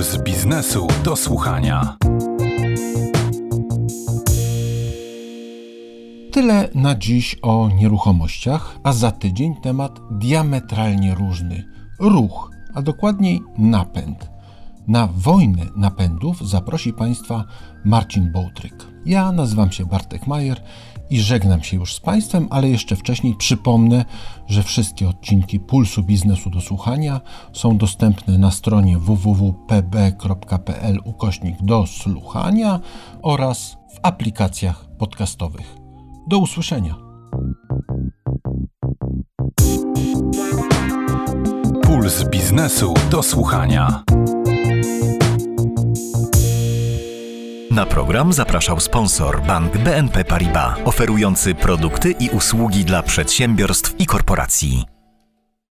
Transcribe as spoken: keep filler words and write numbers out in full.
Puls biznesu do słuchania. Tyle na dziś o nieruchomościach, a za tydzień temat diametralnie różny. Ruch, a dokładniej napęd. Na wojnę napędów zaprosi Państwa Marcin Bołtryk. Ja nazywam się Bartek Majer i żegnam się już z Państwem, ale jeszcze wcześniej przypomnę, że wszystkie odcinki Pulsu Biznesu do słuchania są dostępne na stronie w w w kropka p b kropka p l ukośnik do słuchania oraz w aplikacjach podcastowych. Do usłyszenia. Puls biznesu do słuchania. Na program zapraszał sponsor Bank B N P Paribas, oferujący produkty i usługi dla przedsiębiorstw i korporacji.